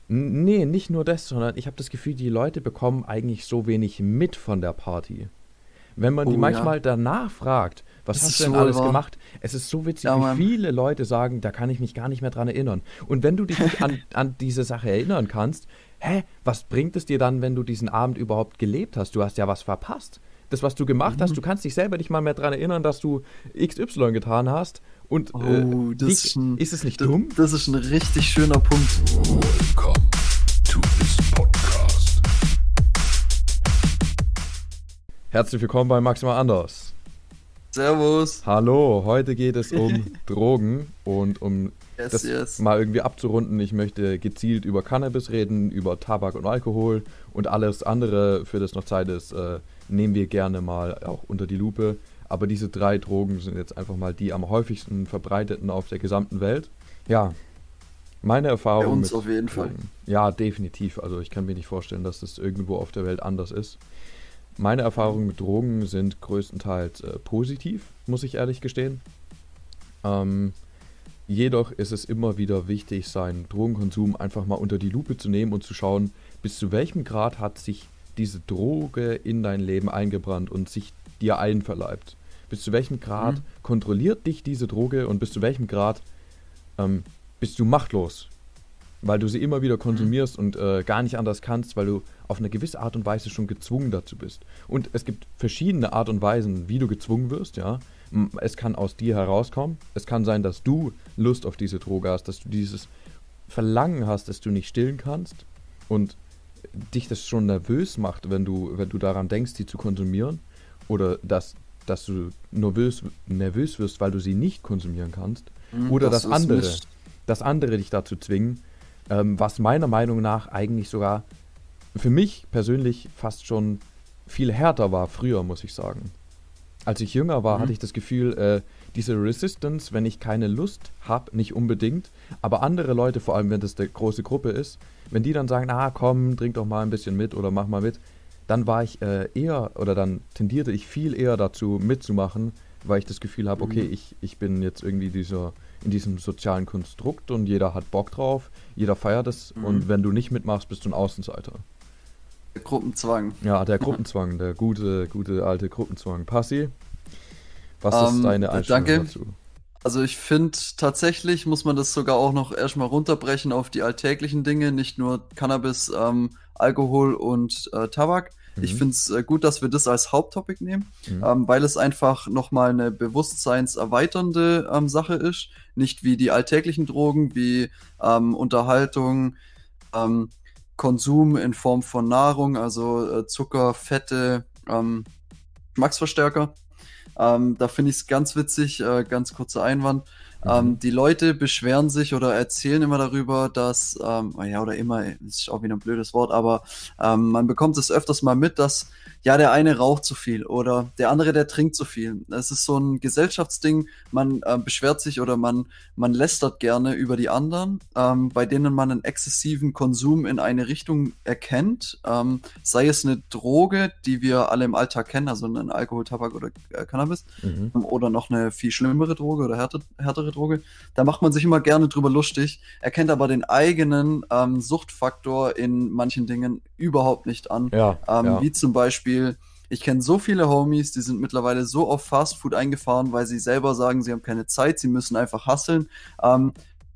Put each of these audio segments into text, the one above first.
Nee, nicht nur das, sondern ich habe das Gefühl, die Leute bekommen eigentlich so wenig mit von der Party. Wenn man die Oh ja, manchmal danach fragt, was das hast ist du denn wohl alles wahr. gemacht? Es ist so witzig, Ja, wie Mann. viele Leute sagen, da kann ich mich gar nicht mehr dran erinnern. Und wenn du dich nicht an diese Sache erinnern kannst, was bringt es dir dann, wenn du diesen Abend überhaupt gelebt hast? Du hast ja was verpasst. Das, was du gemacht hast, Mhm. du kannst dich selber nicht mal mehr dran erinnern, dass du XY getan hast. Und Oh, ist es nicht das, dumm? das ist ein richtig schöner Punkt. Welcome to this podcast. Herzlich willkommen bei Maximal Anders. Servus. Hallo, heute geht es um Drogen und um Yes, das yes. mal irgendwie abzurunden. Ich möchte gezielt über Cannabis reden, über Tabak und Alkohol und alles andere, für das noch Zeit ist, nehmen wir gerne mal auch unter die Lupe. Aber diese drei Drogen sind jetzt einfach mal die am häufigsten verbreiteten auf der gesamten Welt. Ja, meine Bei Erfahrung uns mit auf jeden Fall. Drogen. Ja, definitiv. Also ich kann mir nicht vorstellen, dass das irgendwo auf der Welt anders ist. Meine Erfahrungen mit Drogen sind größtenteils positiv, muss ich ehrlich gestehen. Ähm, Jedoch ist es immer wieder wichtig, seinen Drogenkonsum einfach mal unter die Lupe zu nehmen und zu schauen, bis zu welchem Grad hat sich diese Droge in dein Leben eingebrannt und sich dir einverleibt. Bis zu welchem Grad Mhm. kontrolliert dich diese Droge und bis zu welchem Grad ähm, bist du machtlos, weil du sie immer wieder Mhm. konsumierst und gar nicht anders kannst, weil du auf eine gewisse Art und Weise schon gezwungen dazu bist. Und es gibt verschiedene Art und Weisen, wie du gezwungen wirst, ja. Es kann aus dir herauskommen. Es kann sein, dass du Lust auf diese Droge hast, dass du dieses Verlangen hast, das du nicht stillen kannst und dich das schon nervös macht, wenn du daran denkst, die zu konsumieren oder dass du nervös wirst, weil du sie nicht konsumieren kannst oder Das ist Mist. das andere dich dazu zwingen, was meiner Meinung nach eigentlich sogar für mich persönlich fast schon viel härter war früher, muss ich sagen. Als ich jünger war, hatte Mhm. ich das Gefühl, diese Resistance, wenn ich keine Lust habe, nicht unbedingt, aber andere Leute, vor allem wenn das eine große Gruppe ist, wenn die dann sagen, ah komm, trink doch mal ein bisschen mit oder mach mal mit, dann war ich eher oder dann tendierte ich viel eher dazu mitzumachen, weil ich das Gefühl habe, okay, Mhm. ich bin jetzt irgendwie in diesem sozialen Konstrukt und jeder hat Bock drauf, jeder feiert es Mhm. und wenn du nicht mitmachst, bist du ein Außenseiter. Gruppenzwang. Ja, der Gruppenzwang, der gute alte Gruppenzwang. Passi, was ist deine Einstellung Danke. dazu? Also ich finde, tatsächlich muss man das sogar auch noch erstmal runterbrechen auf die alltäglichen Dinge, nicht nur Cannabis, Alkohol und Tabak. Ich Mhm. finde es gut, dass wir das als Haupttopic nehmen, Mhm. weil es einfach nochmal eine bewusstseinserweiternde Sache ist. Nicht wie die alltäglichen Drogen, wie Unterhaltung, ähm, Konsum in Form von Nahrung, also Zucker, Fette, Geschmacksverstärker. Da finde ich es ganz witzig, ganz kurzer Einwand. Mhm. Die Leute beschweren sich oder erzählen immer darüber, dass, ja, oder immer, ist auch wieder ein blödes Wort, aber man bekommt es öfters mal mit, dass, ja, der eine raucht zu viel oder der andere, der trinkt zu viel. Es ist so ein Gesellschaftsding, man beschwert sich oder man lästert gerne über die anderen, bei denen man einen exzessiven Konsum in eine Richtung erkennt, sei es eine Droge, die wir alle im Alltag kennen, also einen Alkohol, Tabak oder Cannabis, Mhm. oder noch eine viel schlimmere Droge oder härtere Droge. Da macht man sich immer gerne drüber lustig, erkennt aber den eigenen Suchtfaktor in manchen Dingen überhaupt nicht an. Ja, ja. Wie zum Beispiel, ich kenne so viele Homies, die sind mittlerweile so auf Fastfood eingefahren, weil sie selber sagen, sie haben keine Zeit, sie müssen einfach hustlen, ähm,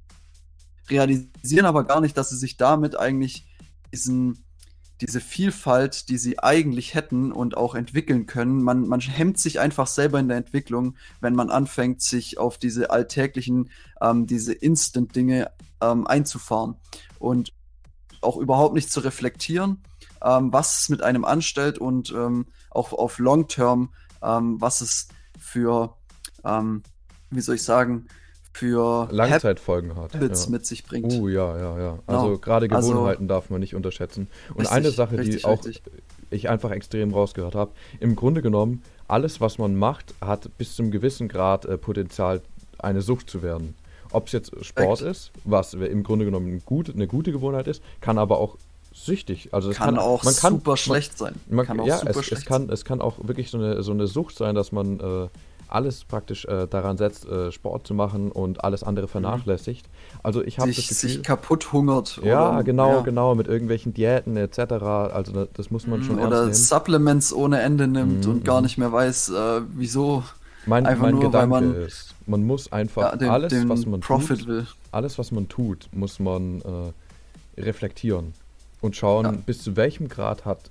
realisieren aber gar nicht, dass sie sich damit eigentlich diesen, diese Vielfalt, die sie eigentlich hätten und auch entwickeln können, man hemmt sich einfach selber in der Entwicklung, wenn man anfängt, sich auf diese alltäglichen, diese Instant-Dinge einzufahren und auch überhaupt nicht zu reflektieren, was es mit einem anstellt und auch auf Long-Term, was es für, ähm, wie soll ich sagen, für Langzeitfolgen hat. Habits Ja. mit sich bringt. Ja, ja, ja. Also Genau. gerade Also, Gewohnheiten darf man nicht unterschätzen. Und eine richtig, Sache, die richtig, auch richtig. ich einfach extrem rausgehört habe, im Grunde genommen, alles, was man macht, hat bis zum gewissen Grad Potenzial, eine Sucht zu werden. Ob es jetzt Sport Perfekt. ist, was im Grunde genommen eine gute Gewohnheit ist, kann aber auch süchtig. Also Kann auch man kann, super schlecht sein. Kann auch ja, super schlecht sein. es kann auch wirklich so eine Sucht sein, dass man alles praktisch daran setzt, Sport zu machen und alles andere vernachlässigt. Also ich habe das Gefühl, sich kaputt hungert. ja, Oder, genau, ja. genau, mit irgendwelchen Diäten etc. Also das muss man schon ernst Oder nehmen. Supplements ohne Ende nimmt Mhm, und gar mhm. nicht mehr weiß, wieso. Mein, Einfach mein nur, weil Gedanke man ist, man muss einfach den Profit will. alles, was man tut, muss man reflektieren und schauen, Ja. bis zu welchem Grad hat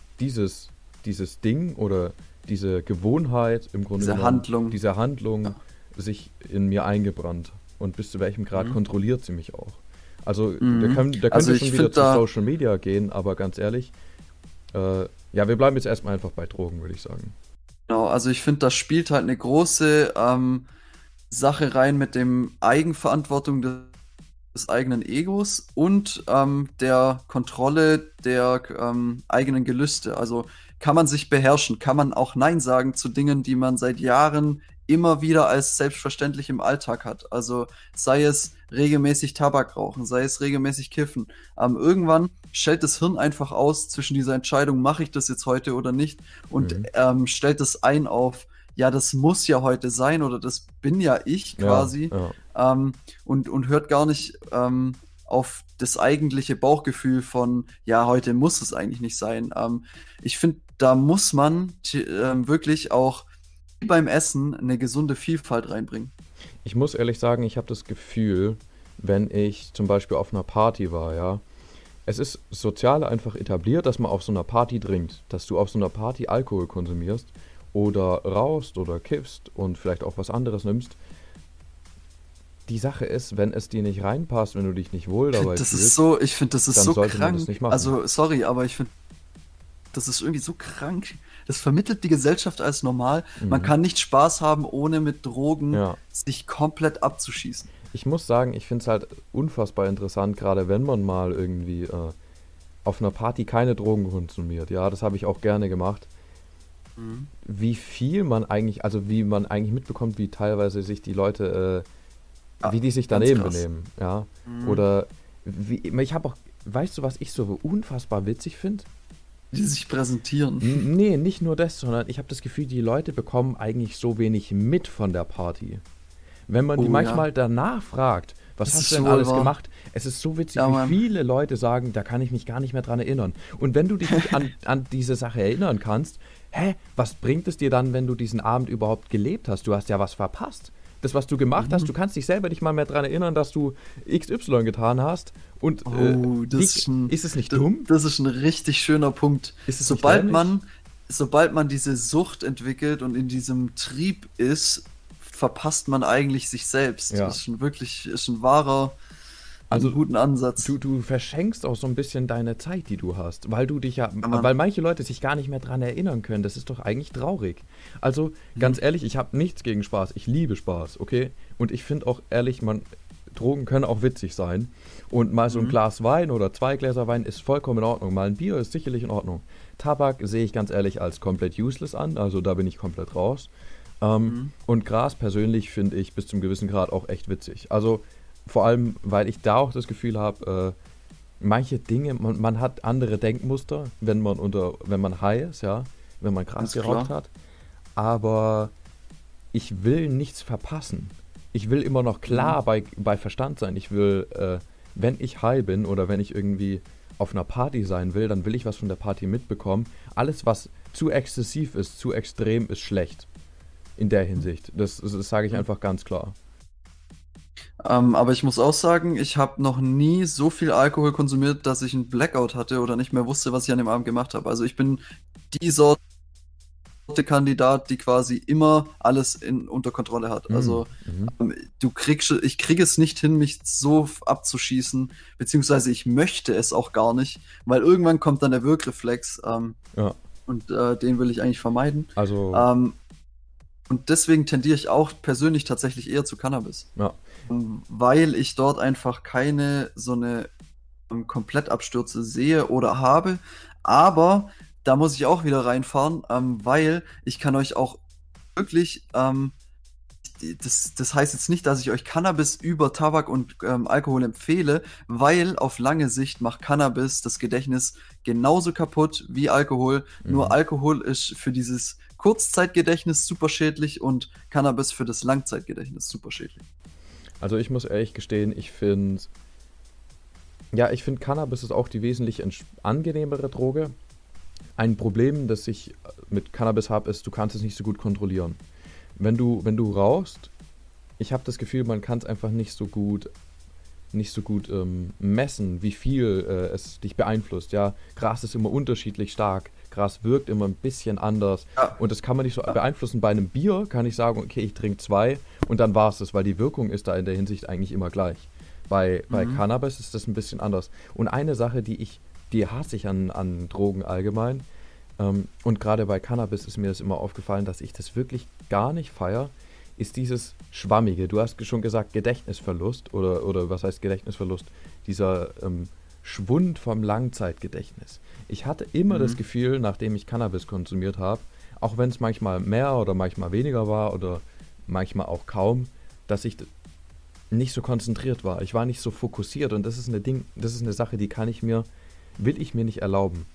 dieses Ding oder diese Gewohnheit im Grunde Diese genommen, Handlung. diese Handlung Ja. sich in mir eingebrannt und bis zu welchem Grad Mhm. kontrolliert sie mich auch. Also Mhm. da können Also wir ich schon wieder find zu da- Social Media gehen, aber ganz ehrlich, ja, wir bleiben jetzt erstmal einfach bei Drogen, würde ich sagen. Genau, also ich finde, das spielt halt eine große Sache rein mit dem Eigenverantwortung des eigenen Egos und der Kontrolle der eigenen Gelüste. Also kann man sich beherrschen, kann man auch Nein sagen zu Dingen, die man seit Jahren immer wieder als selbstverständlich im Alltag hat. Also sei es regelmäßig Tabak rauchen, sei es regelmäßig kiffen. Irgendwann stellt das Hirn einfach aus zwischen dieser Entscheidung, mache ich das jetzt heute oder nicht, und stellt es ein auf, ja, das muss ja heute sein oder das bin ja ich quasi, Ja. und hört gar nicht auf das eigentliche Bauchgefühl von, ja, heute muss es eigentlich nicht sein. Ich finde, da muss man wirklich auch wie beim Essen eine gesunde Vielfalt reinbringen. Ich muss ehrlich sagen, ich habe das Gefühl, wenn ich zum Beispiel auf einer Party war, ja, es ist sozial einfach etabliert, dass man auf so einer Party trinkt, dass du auf so einer Party Alkohol konsumierst oder rauchst oder kiffst und vielleicht auch was anderes nimmst. Die Sache ist, wenn es dir nicht reinpasst, wenn du dich nicht wohl dabei fühlst, Ich finde, das ist dann so sollte man krank. das nicht machen. Also, sorry, aber ich finde, das ist irgendwie so krank. Das vermittelt die Gesellschaft als normal. Man kann nicht Spaß haben, ohne mit Drogen Ja. sich komplett abzuschießen. Ich muss sagen, ich finde es halt unfassbar interessant, gerade wenn man mal irgendwie auf einer Party keine Drogen konsumiert. Ja, das habe ich auch gerne gemacht. Wie viel man eigentlich, also wie man eigentlich mitbekommt, wie teilweise sich die Leute, Ja, wie die sich ganz daneben krass. benehmen. Ja, oder ich habe auch, weißt du, was ich so unfassbar witzig finde? Die sich präsentieren. Nee, nicht nur das, sondern ich habe das Gefühl, die Leute bekommen eigentlich so wenig mit von der Party. Wenn man die Oh, manchmal ja. danach fragt, was Das hast ist du denn wohl alles wahr. gemacht? Es ist so witzig, Ja, wie Mann. viele Leute sagen, da kann ich mich gar nicht mehr dran erinnern. Und wenn du dich nicht an diese Sache erinnern kannst, was bringt es dir dann, wenn du diesen Abend überhaupt gelebt hast? Du hast ja was verpasst. Das, was du gemacht hast, du kannst dich selber nicht mal mehr dran erinnern, dass du XY getan hast. Und Oh, das ist es nicht das, dumm? Das ist ein richtig schöner Punkt. Ist es nicht dämlich? Sobald man diese Sucht entwickelt und in diesem Trieb ist, verpasst man eigentlich sich selbst. Ja. Das ist ein wahrer, Also, einen guten Ansatz. Du verschenkst auch so ein bisschen deine Zeit, die du hast, weil du dich Mann. weil manche Leute sich gar nicht mehr dran erinnern können. Das ist doch eigentlich traurig. Also, ganz ehrlich, ich habe nichts gegen Spaß. Ich liebe Spaß, okay? Und ich finde auch ehrlich, Drogen können auch witzig sein. Und mal so ein Glas Wein oder 2 Gläser Wein ist vollkommen in Ordnung. Mal ein Bier ist sicherlich in Ordnung. Tabak sehe ich ganz ehrlich als komplett useless an, also da bin ich komplett raus. Und Gras persönlich finde ich bis zum gewissen Grad auch echt witzig. Also vor allem, weil ich da auch das Gefühl habe, manche Dinge, man hat andere Denkmuster, wenn man high ist, ja, wenn man Gras Ganz klar. geraucht hat. Aber ich will nichts verpassen. Ich will immer noch klar bei Verstand sein. Ich will, wenn ich high bin oder wenn ich irgendwie auf einer Party sein will, dann will ich was von der Party mitbekommen. Alles, was zu exzessiv ist, zu extrem, ist schlecht. In der Hinsicht. Das sage ich einfach ganz klar. Aber ich muss auch sagen, ich habe noch nie so viel Alkohol konsumiert, dass ich einen Blackout hatte oder nicht mehr wusste, was ich an dem Abend gemacht habe. Also ich bin die Sorte Kandidat, die quasi immer alles unter Kontrolle hat. Also ich kriege es nicht hin, mich so abzuschießen, beziehungsweise ich möchte es auch gar nicht, weil irgendwann kommt dann der Wirkreflex Ja. und den will ich eigentlich vermeiden. Also, Und deswegen tendiere ich auch persönlich tatsächlich eher zu Cannabis. ja. Weil ich dort einfach keine so eine Komplettabstürze sehe oder habe. Aber da muss ich auch wieder reinfahren, weil ich kann euch auch wirklich das heißt jetzt nicht, dass ich euch Cannabis über Tabak und Alkohol empfehle, weil auf lange Sicht macht Cannabis das Gedächtnis genauso kaputt wie Alkohol. Nur Alkohol ist für dieses Kurzzeitgedächtnis super schädlich und Cannabis für das Langzeitgedächtnis super schädlich. Also ich muss ehrlich gestehen, ich finde Cannabis ist auch die wesentlich angenehmere Droge. Ein Problem, das ich mit Cannabis habe, ist, du kannst es nicht so gut kontrollieren. Wenn du rauchst, ich habe das Gefühl, man kann es einfach nicht so gut messen, wie viel es dich beeinflusst. Ja, Gras ist immer unterschiedlich stark, Gras wirkt immer ein bisschen anders und das kann man nicht so beeinflussen. Bei einem Bier kann ich sagen, okay, ich trinke 2 und dann war es das, weil die Wirkung ist da in der Hinsicht eigentlich immer gleich. Bei Cannabis ist das ein bisschen anders. Und eine Sache, die hasse ich an Drogen allgemein, und gerade bei Cannabis ist mir das immer aufgefallen, dass ich das wirklich gar nicht feiere, ist dieses Schwammige. Du hast schon gesagt, Gedächtnisverlust oder was heißt Gedächtnisverlust? Dieser Schwund vom Langzeitgedächtnis. Ich hatte immer das Gefühl, nachdem ich Cannabis konsumiert habe, auch wenn es manchmal mehr oder manchmal weniger war oder manchmal auch kaum, dass ich nicht so konzentriert war. Ich war nicht so fokussiert und das ist eine Sache, will ich mir nicht erlauben.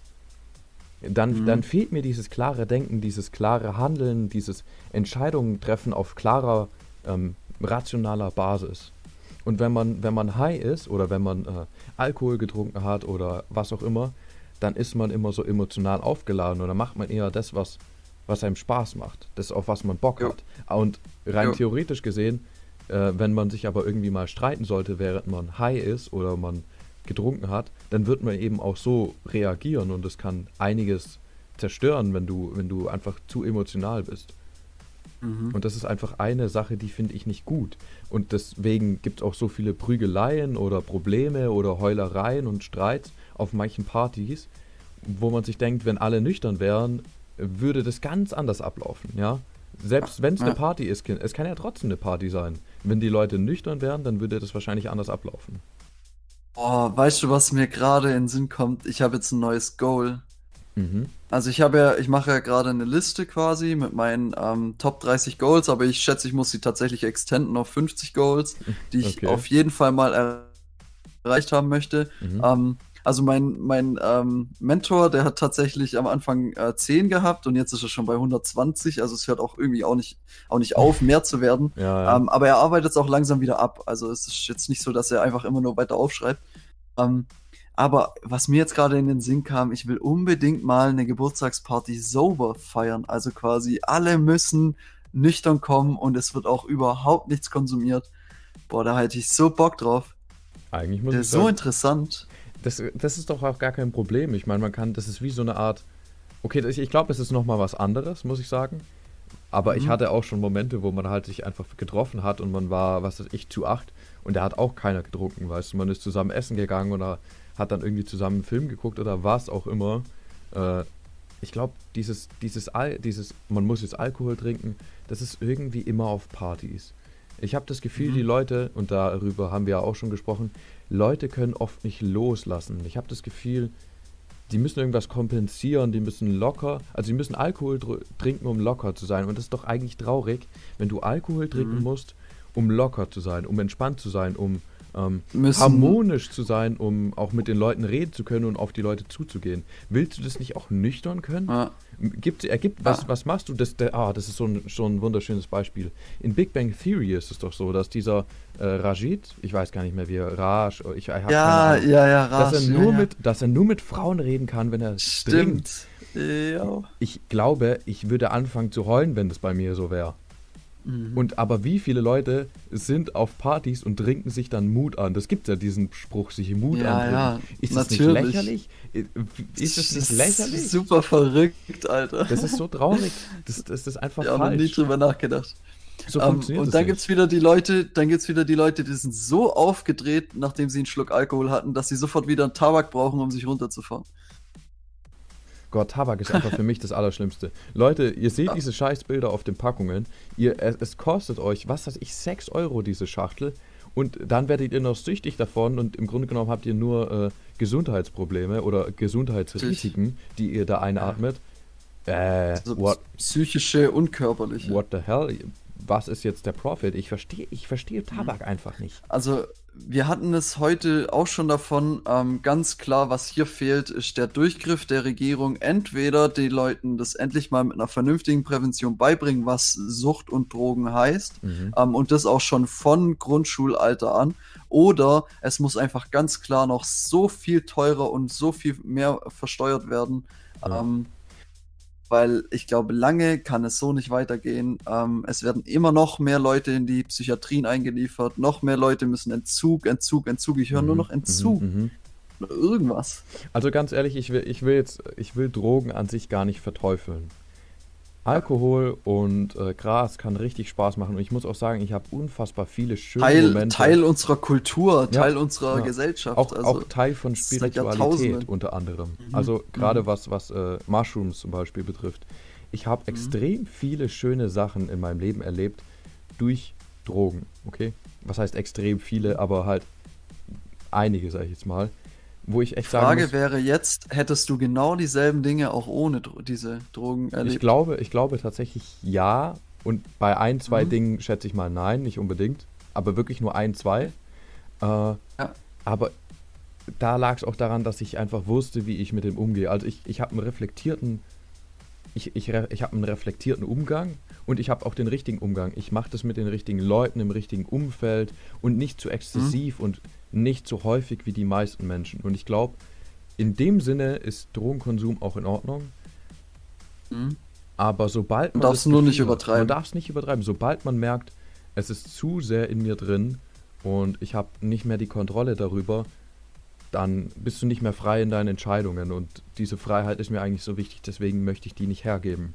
Dann fehlt mir dieses klare Denken, dieses klare Handeln, dieses Entscheidungen treffen auf klarer, rationaler Basis. Und wenn man high ist oder wenn man Alkohol getrunken hat oder was auch immer, dann ist man immer so emotional aufgeladen oder macht man eher das, was einem Spaß macht, das, auf was man Bock hat. Und rein theoretisch gesehen, wenn man sich aber irgendwie mal streiten sollte, während man high ist oder man getrunken hat, dann wird man eben auch so reagieren und es kann einiges zerstören, wenn du einfach zu emotional bist. Und das ist einfach eine Sache, die finde ich nicht gut. Und deswegen gibt es auch so viele Prügeleien oder Probleme oder Heulereien und Streits auf manchen Partys, wo man sich denkt, wenn alle nüchtern wären, würde das ganz anders ablaufen, ja? Selbst wenn es eine Party ist, es kann ja trotzdem eine Party sein. Wenn die Leute nüchtern wären, dann würde das wahrscheinlich anders ablaufen. Oh, weißt du, was mir gerade in den Sinn kommt? Ich habe jetzt ein neues Goal. Mhm. Also ich mache ja gerade eine Liste quasi mit meinen Top 30 Goals, aber ich schätze, ich muss sie tatsächlich extenden auf 50 Goals, die ich auf jeden Fall mal erreicht haben möchte. Also mein Mentor, der hat tatsächlich am Anfang 10 gehabt und jetzt ist er schon bei 120, also es hört auch irgendwie auch nicht auf, mehr zu werden. Ja. Aber er arbeitet es auch langsam wieder ab. Also es ist jetzt nicht so, dass er einfach immer nur weiter aufschreibt. Aber was mir jetzt gerade in den Sinn kam, ich will unbedingt mal eine Geburtstagsparty sober feiern. Also quasi alle müssen nüchtern kommen und es wird auch überhaupt nichts konsumiert. Boah, da hätte ich so Bock drauf. Eigentlich muss Das ich ist so sagen, interessant. das ist doch auch gar kein Problem. Ich meine, das ist wie so eine Art, okay, ich glaube, es ist nochmal was anderes, muss ich sagen. Aber ich hatte auch schon Momente, wo man halt sich einfach getroffen hat und man war, was weiß ich, zu 8 und da hat auch keiner getrunken, weißt du. Man ist zusammen essen gegangen oder hat dann irgendwie zusammen einen Film geguckt oder was auch immer. Ich glaube, dieses man muss jetzt Alkohol trinken, das ist irgendwie immer auf Partys. Ich habe das Gefühl, die Leute, und darüber haben wir ja auch schon gesprochen, Leute können oft nicht loslassen. Ich habe das Gefühl, die müssen irgendwas kompensieren, die müssen Alkohol trinken, um locker zu sein. Und das ist doch eigentlich traurig, wenn du Alkohol trinken musst, um locker zu sein, um entspannt zu sein, um harmonisch zu sein, um auch mit den Leuten reden zu können und auf die Leute zuzugehen. Willst du das nicht auch nüchtern können? Ja. Was machst du? Das ist so ein wunderschönes Beispiel. In Big Bang Theory ist es doch so, dass dieser Rajid, ich weiß gar nicht mehr, wie er, Raj, ich habe keine Ahnung, Raj, dass er nur mit Frauen reden kann, wenn er trinkt. Ja. Ich glaube, ich würde anfangen zu heulen, wenn das bei mir so wäre. Aber wie viele Leute sind auf Partys und trinken sich dann Mut an? Das gibt ja diesen Spruch, sich Mut antrinken. Ja, ist das natürlich. nicht lächerlich? Ist das nicht lächerlich? Super verrückt, Alter. Das ist so traurig. Das ist einfach Ich habe noch nie falsch. drüber nachgedacht. So funktioniert und das dann gibt's wieder die Leute, die sind so aufgedreht, nachdem sie einen Schluck Alkohol hatten, dass sie sofort wieder einen Tabak brauchen, um sich runterzufahren. Gott, Tabak ist einfach für mich das Allerschlimmste. Leute, ihr seht diese Scheißbilder auf den Packungen. Es kostet euch, was weiß ich, 6 Euro diese Schachtel. Und dann werdet ihr noch süchtig davon und im Grunde genommen habt ihr nur Gesundheitsprobleme oder Gesundheitsrisiken, die ihr da einatmet. Psychische und körperliche. What the hell? was ist jetzt der Profit? Ich verstehe Tabak einfach nicht. Also, wir hatten es heute auch schon davon, ganz klar, was hier fehlt, ist der Durchgriff der Regierung. Entweder die Leuten das endlich mal mit einer vernünftigen Prävention beibringen, was Sucht und Drogen heißt, und das auch schon von Grundschulalter an. Oder es muss einfach ganz klar noch so viel teurer und so viel mehr versteuert werden. Ja. Weil ich glaube, lange kann es so nicht weitergehen. Es werden immer noch mehr Leute in die Psychiatrien eingeliefert, noch mehr Leute müssen Entzug. Ich höre nur noch Entzug. Oder irgendwas. Also ganz ehrlich, ich will Drogen an sich gar nicht verteufeln. Alkohol und Gras kann richtig Spaß machen und ich muss auch sagen, ich habe unfassbar viele schöne Momente. Teil unserer Kultur, Ja, Teil unserer ja. Gesellschaft. Auch Teil von seit Spiritualität Jahrtausenden. unter anderem. Also gerade was Mushrooms zum Beispiel betrifft. Ich habe extrem viele schöne Sachen in meinem Leben erlebt durch Drogen, okay? Was heißt extrem viele, aber halt einige, sage ich jetzt mal. Wo ich echt sagen Frage muss, wäre jetzt, hättest du genau dieselben Dinge auch ohne diese Drogen erlebt? ich glaube tatsächlich ja. Und bei ein, zwei Dingen schätze ich mal nein, nicht unbedingt. Aber wirklich nur ein, zwei. Aber da lag es auch daran, dass ich einfach wusste, wie ich mit dem umgehe. Also ich habe einen reflektierten Umgang und ich habe auch den richtigen Umgang. Ich mache das mit den richtigen Leuten im richtigen Umfeld und nicht zu exzessiv und nicht so häufig wie die meisten Menschen. Und ich glaube, in dem Sinne ist Drogenkonsum auch in Ordnung. Aber sobald man darfst das nur nicht Gefühl hat, übertreiben. Man darf es nicht übertreiben. Sobald man merkt, es ist zu sehr in mir drin und ich habe nicht mehr die Kontrolle darüber, dann bist du nicht mehr frei in deinen Entscheidungen. Und diese Freiheit ist mir eigentlich so wichtig, deswegen möchte ich die nicht hergeben.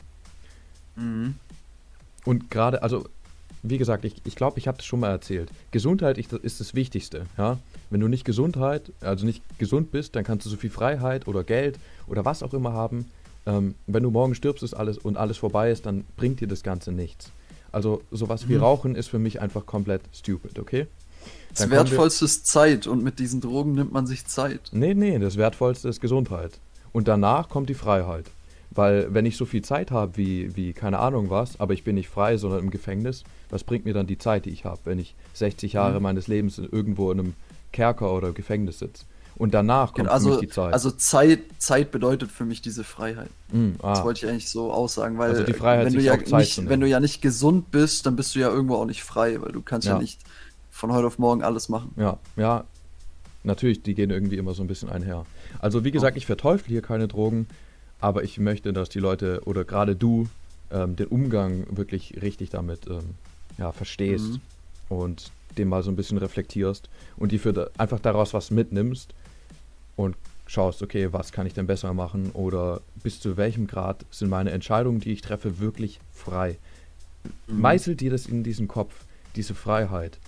Und gerade, also wie gesagt, ich glaube, ich habe das schon mal erzählt. Gesundheit ist das Wichtigste. Ja? Wenn du nicht gesund bist, dann kannst du so viel Freiheit oder Geld oder was auch immer haben. Wenn du morgen stirbst ist alles vorbei ist, dann bringt dir das Ganze nichts. Also sowas wie Rauchen ist für mich einfach komplett stupid, okay? Das Wertvollste ist Zeit und mit diesen Drogen nimmt man sich Zeit. Nee, das Wertvollste ist Gesundheit. Und danach kommt die Freiheit. Weil wenn ich so viel Zeit habe wie keine Ahnung was, aber ich bin nicht frei, sondern im Gefängnis, was bringt mir dann die Zeit, die ich habe, wenn ich 60 Jahre meines Lebens irgendwo in einem Kerker oder Gefängnis sitze? Und danach kommt für mich die Zeit. Also Zeit bedeutet für mich diese Freiheit. Das wollte ich eigentlich so aussagen, weil Also die Freiheit, wenn du sich ja auch Zeit zu nehmen. wenn du ja nicht gesund bist, dann bist du ja irgendwo auch nicht frei, weil du kannst ja nicht von heute auf morgen alles machen. Ja, natürlich, die gehen irgendwie immer so ein bisschen einher. Also wie gesagt, ich verteufel hier keine Drogen, aber ich möchte, dass die Leute oder gerade du den Umgang wirklich richtig damit verstehst und den mal so ein bisschen reflektierst und einfach daraus was mitnimmst und schaust, okay, was kann ich denn besser machen oder bis zu welchem Grad sind meine Entscheidungen, die ich treffe, wirklich frei. Meißel dir das in diesen Kopf, diese Freiheit.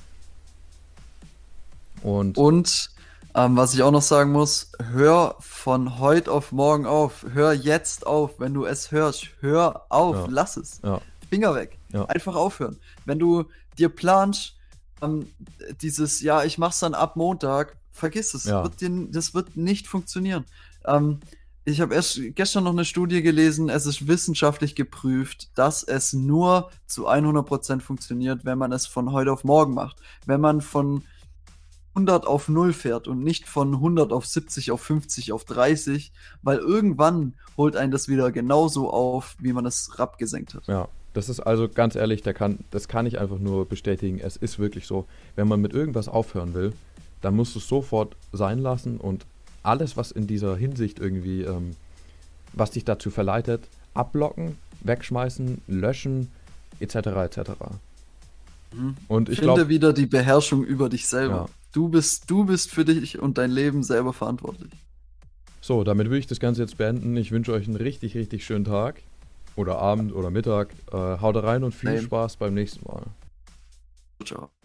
Und was ich auch noch sagen muss, hör von heute auf morgen auf, hör jetzt auf, wenn du es hörst, hör auf, lass es, Finger weg, einfach aufhören. Wenn du dir planst, ich mach's dann ab Montag, vergiss es, das wird nicht funktionieren. Ich habe erst gestern noch eine Studie gelesen, es ist wissenschaftlich geprüft, dass es nur zu 100% funktioniert, wenn man es von heute auf morgen macht. Wenn man von 100 auf 0 fährt und nicht von 100 auf 70, auf 50, auf 30, weil irgendwann holt einen das wieder genauso auf, wie man es abgesenkt hat. Ja, das ist also ganz ehrlich, das kann ich einfach nur bestätigen. Es ist wirklich so, wenn man mit irgendwas aufhören will, dann musst du es sofort sein lassen und alles, was in dieser Hinsicht irgendwie, was dich dazu verleitet, abblocken, wegschmeißen, löschen, etc. etc. Und ich Finde glaube wieder die Beherrschung über dich selber. Du bist für dich und dein Leben selber verantwortlich. So, damit würde ich das Ganze jetzt beenden. Ich wünsche euch einen richtig, richtig schönen Tag. Oder Abend oder Mittag. Haut rein und viel Spaß beim nächsten Mal. Ciao.